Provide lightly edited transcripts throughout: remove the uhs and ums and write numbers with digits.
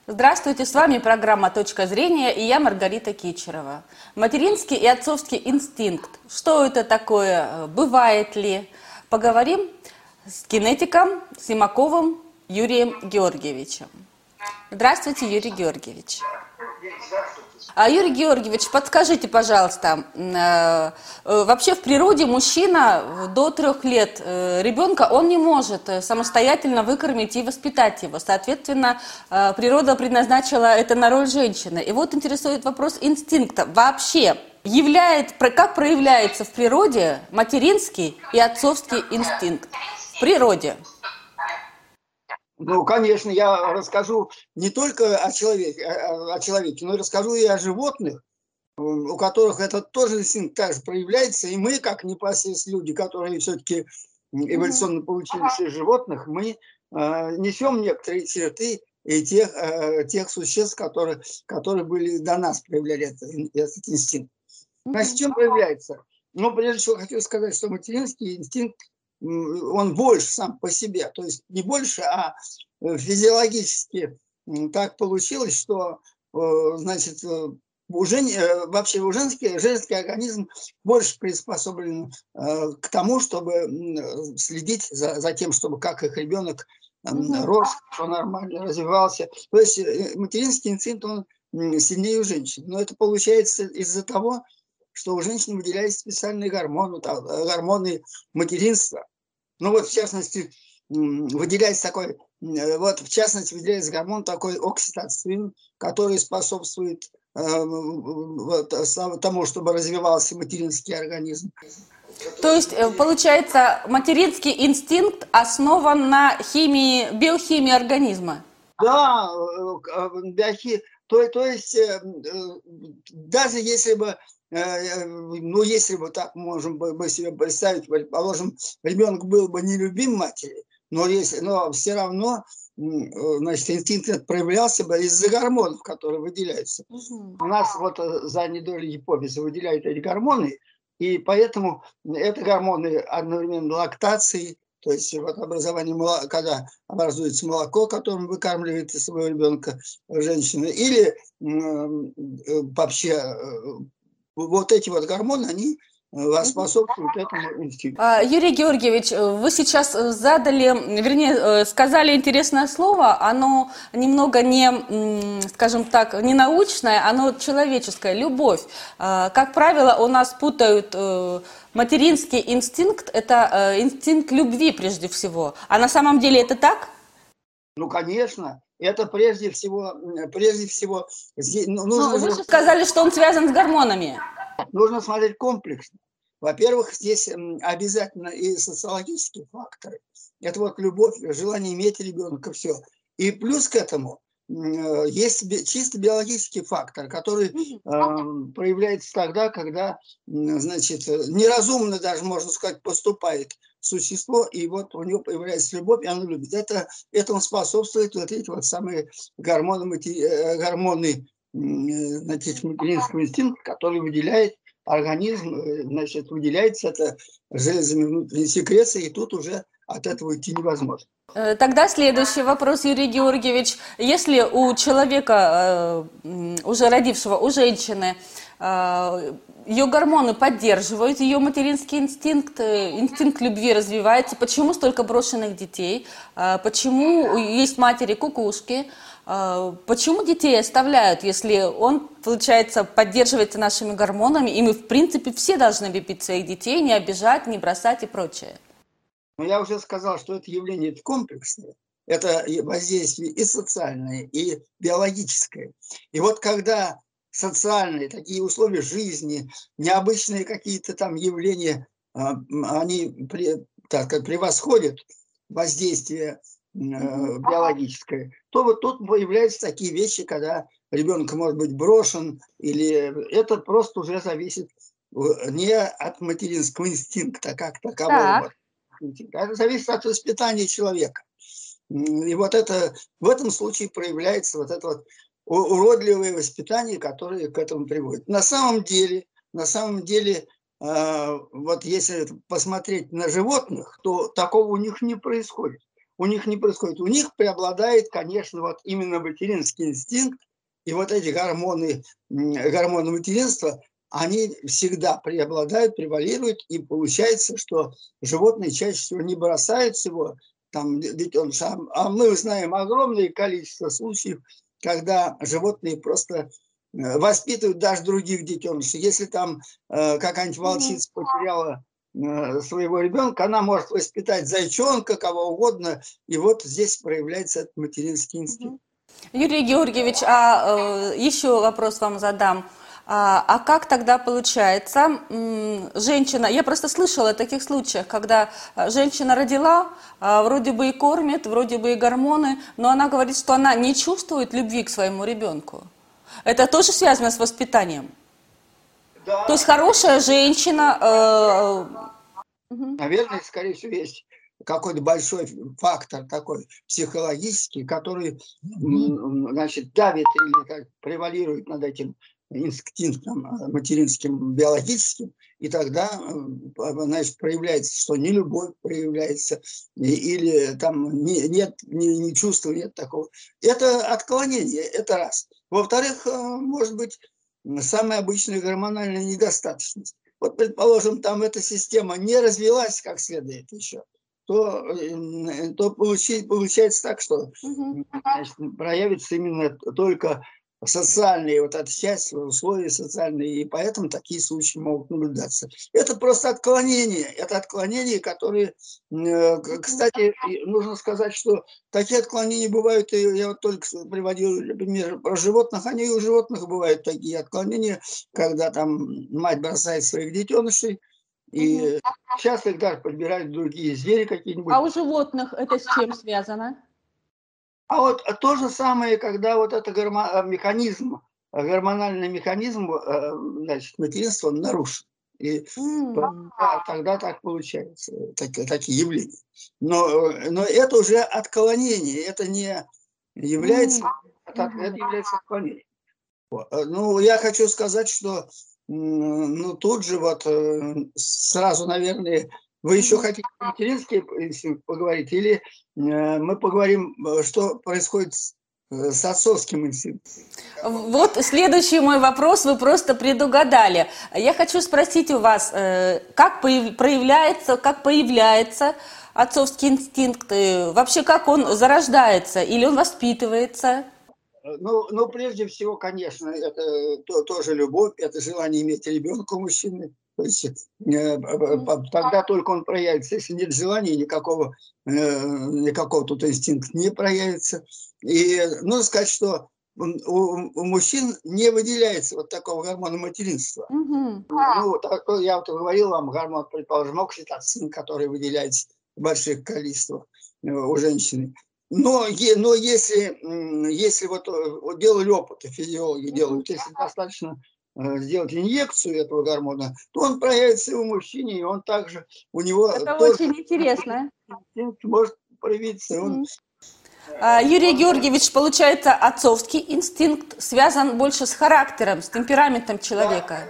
Здравствуйте, с вами программа «Точка зрения» и я Маргарита Кичерова. Материнский и отцовский инстинкт. Что это такое? Бывает ли? Поговорим с генетиком Симаковым Юрием Георгиевичем. Здравствуйте, Юрий Георгиевич. Юрий Георгиевич, подскажите, пожалуйста, вообще в природе мужчина до 3 лет ребенка, он не может самостоятельно выкормить и воспитать его. Соответственно, природа предназначила это на роль женщины. И вот интересует вопрос инстинкта. Вообще, как проявляется в природе материнский и отцовский инстинкт? В природе. Ну, конечно, я расскажу не только о человеке, но и расскажу и о животных, у которых это тоже инстинкт также проявляется. И мы, как непосредственно люди, которые все-таки эволюционно получились из животных, мы несем некоторые черты и тех существ, которые были до нас, проявляли этот инстинкт. Значит, в чем проявляется? Ну, прежде всего, хочу сказать, что материнский инстинкт, он больше сам по себе, то есть не больше, а физиологически так получилось, что, значит, вообще женский организм больше приспособлен к тому, чтобы следить за тем, чтобы как их ребенок рос, что нормально развивался. То есть материнский инстинкт, он сильнее у женщин. Но это получается из-за того, что у женщин выделяются специальные гормоны материнства. Ну вот, в частности, выделяется гормон такой окситоцин, который способствует тому, чтобы развивался материнский организм. То есть, получается, материнский инстинкт основан на биохимии организма? Да, то есть, даже если бы, если бы так можем бы себе представить, предположим, ребенок был бы нелюбим матери, но все равно, значит, инстинкт проявлялся бы из-за гормонов, которые выделяются. У нас вот задней долей гипофиза выделяют эти гормоны, и поэтому это гормоны одновременно лактации, то есть вот образование молока, когда образуется молоко, которым выкармливает своего ребенка женщина, или вообще вот эти вот гормоны, они способствуют этому инстинкту. Юрий Георгиевич, вы сейчас сказали интересное слово, оно немного скажем так, не научное, оно человеческое, любовь. Как правило, у нас путают материнский инстинкт, это инстинкт любви прежде всего. А на самом деле это так? Ну, конечно. Это прежде всего вы же сказали, что он связан с гормонами. Нужно смотреть комплексно. Во-первых, здесь обязательно и социологические факторы. Это вот любовь, желание иметь ребенка, все. И плюс к этому есть чисто биологический фактор, который проявляется тогда, когда, значит, неразумно даже, можно сказать, поступает существо, и вот у него появляется любовь, и оно любит. Этому способствуют вот эти вот самые гормоны, значит, материнского инстинкта, который выделяет организм, значит, выделяется это железами внутренней секреции, и тут уже от этого уйти невозможно. Тогда следующий вопрос, Юрий Георгиевич. Если у человека, уже родившего, у женщины, ее гормоны поддерживают ее материнский инстинкт любви развивается, почему столько брошенных детей, почему есть матери-кукушки, почему детей оставляют, если он, получается, поддерживается нашими гормонами, и мы, в принципе, все должны любить своих детей, не обижать, не бросать и прочее? Но я уже сказал, что это явление комплексное, это воздействие и социальное, и биологическое. И вот когда социальные такие условия жизни, необычные какие-то там явления, они, так сказать, превосходят воздействие биологическое, то вот тут появляются такие вещи, когда ребенок может быть брошен, или это просто уже зависит не от материнского инстинкта как такового. Это зависит от воспитания человека. И вот это в этом случае проявляется вот это вот уродливое воспитание, которое к этому приводит. На самом деле, вот если посмотреть на животных, то такого у них не происходит. у них не происходит. У них преобладает, конечно, вот именно материнский инстинкт, и вот эти гормоны материнства, они всегда преобладают, превалируют, и получается, что животные чаще всего не бросают его, там, детеныша. А мы знаем огромное количество случаев, когда животные просто воспитывают даже других детенышей. Если там какая-нибудь волчица потеряла своего ребенка, она может воспитать зайчонка, кого угодно, и вот здесь проявляется этот материнский инстинкт. Юрий Георгиевич, еще вопрос вам задам. А как тогда получается, женщина, я просто слышала о таких случаях, когда женщина родила, вроде бы и кормит, вроде бы и гормоны, но она говорит, что она не чувствует любви к своему ребенку. Это тоже связано с воспитанием? Да. То есть хорошая женщина... Наверное, скорее всего, есть какой-то большой фактор такой психологический, который, значит, давит или как, превалирует над этим инстинктом материнским, биологическим, и тогда, значит, проявляется, что не любовь проявляется, или там не чувства, нет такого. Это отклонение, это раз. Во-вторых, может быть, самая обычная гормональная недостаточность. Вот, предположим, там эта система не развилась как следует еще, то получается так, что значит, проявится именно только социальные вот эта часть, условия социальные, и поэтому такие случаи могут наблюдаться. Это просто отклонения, которые, кстати, нужно сказать, что такие отклонения бывают, и я вот только приводил пример про животных, они и у животных бывают такие отклонения, когда там мать бросает своих детенышей, и часто их даже подбирают другие звери какие-нибудь. А у животных это с чем связано? А вот то же самое, когда вот это механизм, гормональный механизм, значит, материнства нарушен. И тогда так получается, такие явления. Но это уже отклонение, это не является, это является отклонением. Ну, я хочу сказать, что ну, тут же вот сразу, наверное, вы еще хотите материнский инстинкт поговорить, или мы поговорим, что происходит с отцовским инстинктом? Вот следующий мой вопрос вы просто предугадали. Я хочу спросить у вас, как появляется отцовский инстинкт, вообще как он зарождается или он воспитывается? Ну, прежде всего, конечно, это тоже любовь, это желание иметь ребенка у мужчины. То есть тогда только он проявится. Если нет желания, никакого тут инстинкт не проявится. И нужно сказать, что у мужчин не выделяется вот такого гормона материнства. Ну, я вот говорил вам, гормон, предположим, окситоцин, который выделяется в больших количествах у женщины. Но если вот делали опыты, физиологи делают, если достаточно сделать инъекцию этого гормона, то он проявится и у мужчины, и он также, у него Это тоже очень интересно. может проявиться. Юрий Георгиевич, получается, отцовский инстинкт связан больше с характером, с темпераментом человека.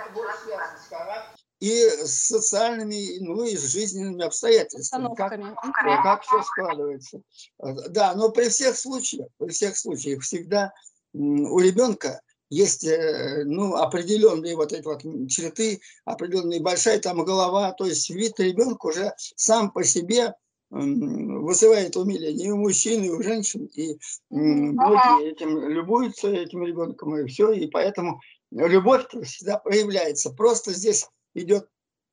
И с социальными, ну и с жизненными обстоятельствами, как все складывается. Да, но при всех случаях всегда у ребенка есть ну, определенные вот эти вот черты, определенные большая там голова, то есть вид ребенка уже сам по себе вызывает умиление и у мужчин, и у женщин, и многие этим любуются, этим ребенком, и все, и поэтому любовь всегда проявляется. Просто здесь идет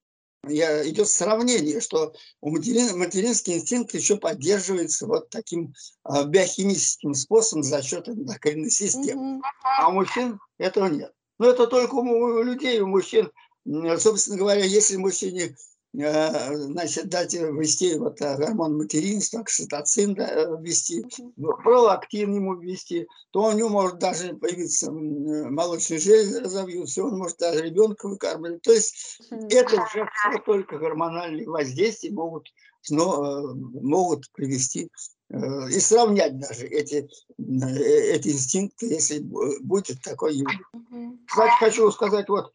сравнение, что материнский инстинкт еще поддерживается вот таким биохимическим способом за счет эндокринной системы. А у мужчин этого нет. Но это только у людей, у мужчин. Собственно говоря, если мужчине значит, дать ввести вот гормон материнства, окситоцин ввести, пролактин ему ввести, то у него может даже появиться молочные железы разовьются, он может даже ребенка выкармливать. То есть это уже все только гормональные воздействия могут привести и сравнять даже эти инстинкты, если будет такое явление. Кстати, хочу сказать, вот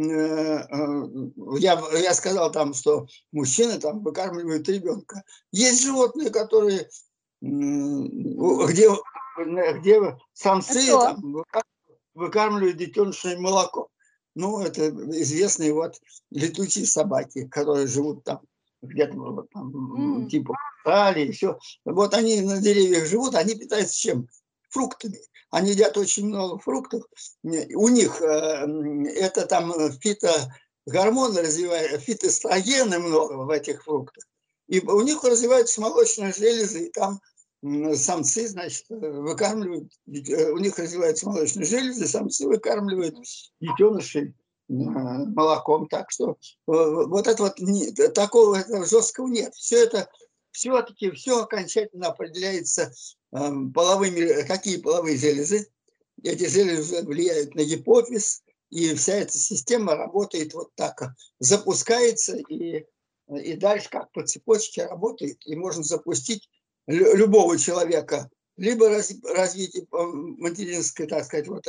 я сказал там, что мужчины там выкармливают ребенка. Есть животные, которые где самцы Что? там выкармливают детенышей молоком. Ну, это известные вот летучие собаки, которые живут там где-то вот, там, типа в Австралии, все. Вот они на деревьях живут, они питаются чем? Фруктами. Они едят очень много фруктов. У них это там фитогормоны развивают, фитоэстрогены много в этих фруктах. И у них развиваются молочные железы, и там самцы, значит, выкармливают, у них развиваются молочные железы, самцы выкармливают детенышей молоком. Так что вот это вот такого жесткого нет. Все это все-таки все окончательно определяется половыми, какие половые железы. Эти железы влияют на гипофиз, и вся эта система работает вот так, запускается и дальше как по цепочке работает, и можно запустить любого человека, либо развитие материнской, так сказать, вот,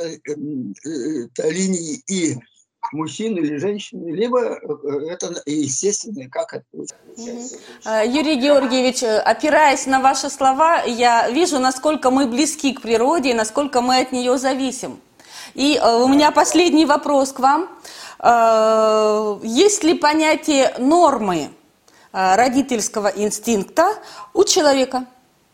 линии и мужчины или женщины, либо это естественно, как это получается. Юрий Георгиевич, опираясь на ваши слова, я вижу, насколько мы близки к природе и насколько мы от нее зависим. И у меня последний вопрос к вам. Есть ли понятие нормы родительского инстинкта у человека?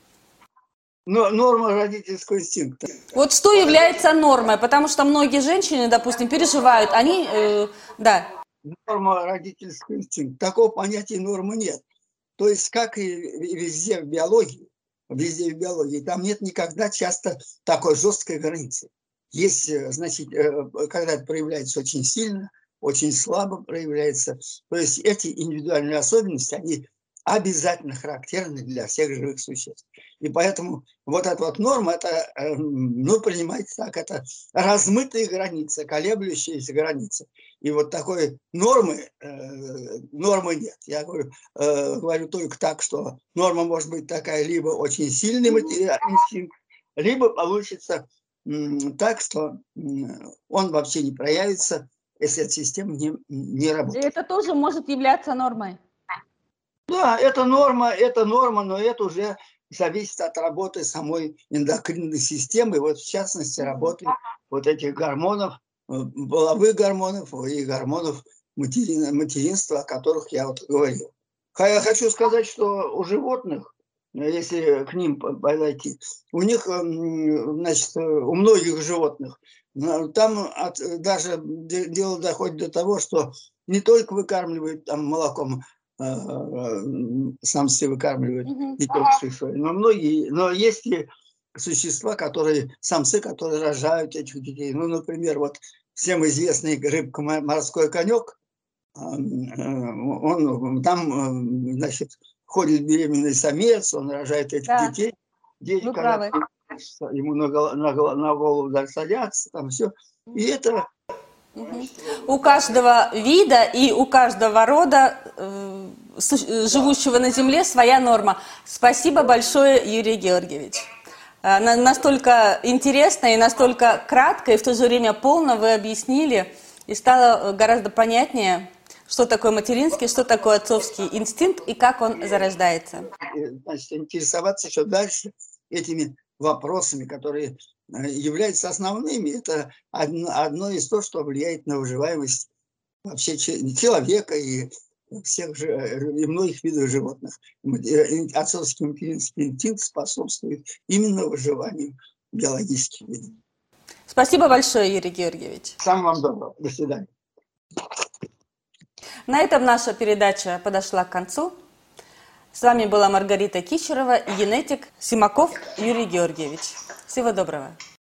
Норма родительского инстинкта. Вот что является нормой? Потому что многие женщины, допустим, переживают, они, да. Норма родительского инстинкта. Такого понятия нормы нет. То есть, как и везде в биологии, там нет никогда часто такой жесткой границы. Есть, значит, когда это проявляется очень сильно, очень слабо проявляется. То есть эти индивидуальные особенности, они обязательно характерны для всех живых существ. И поэтому вот эта вот норма, это, ну, понимаете, так, это размытые границы, колеблющиеся границы. И вот такой нормы нет. Я говорю только так, что норма может быть такая, либо очень сильный инстинкт, либо получится так, что он вообще не проявится, если эта система не работает. И это тоже может являться нормой. Да, это норма, но это уже зависит от работы самой эндокринной системы, вот в частности работы вот этих гормонов, половых гормонов и гормонов материнства, о которых я вот говорил. Я хочу сказать, что у животных, если к ним подойти, у них, значит, у многих животных, там даже дело доходит до того, что не только выкармливают там молоком, самцы выкармливают детенышей своих, но есть и существа, самцы, которые рожают этих детей. Ну, например, вот всем известный рыбка морской конек, он там, значит, ходит беременный самец, он рожает этих детей. Дети, когда ему на голову садятся, там все. И это... У каждого вида и у каждого рода, живущего на Земле, своя норма. Спасибо большое, Юрий Георгиевич. Настолько интересно и настолько кратко, и в то же время полно вы объяснили, и стало гораздо понятнее, что такое материнский, что такое отцовский инстинкт и как он зарождается. Значит, интересоваться еще дальше этими вопросами, которые являются основными. Это одно из того, что влияет на выживаемость вообще человека и всех и многих видов животных. Отцовский материнский инстинкт способствует именно выживанию биологических видов. Спасибо большое, Юрий Георгиевич. Всего вам доброго. До свидания. На этом наша передача подошла к концу. С вами была Маргарита Кичерова и генетик Симаков Юрий Георгиевич. Всего доброго.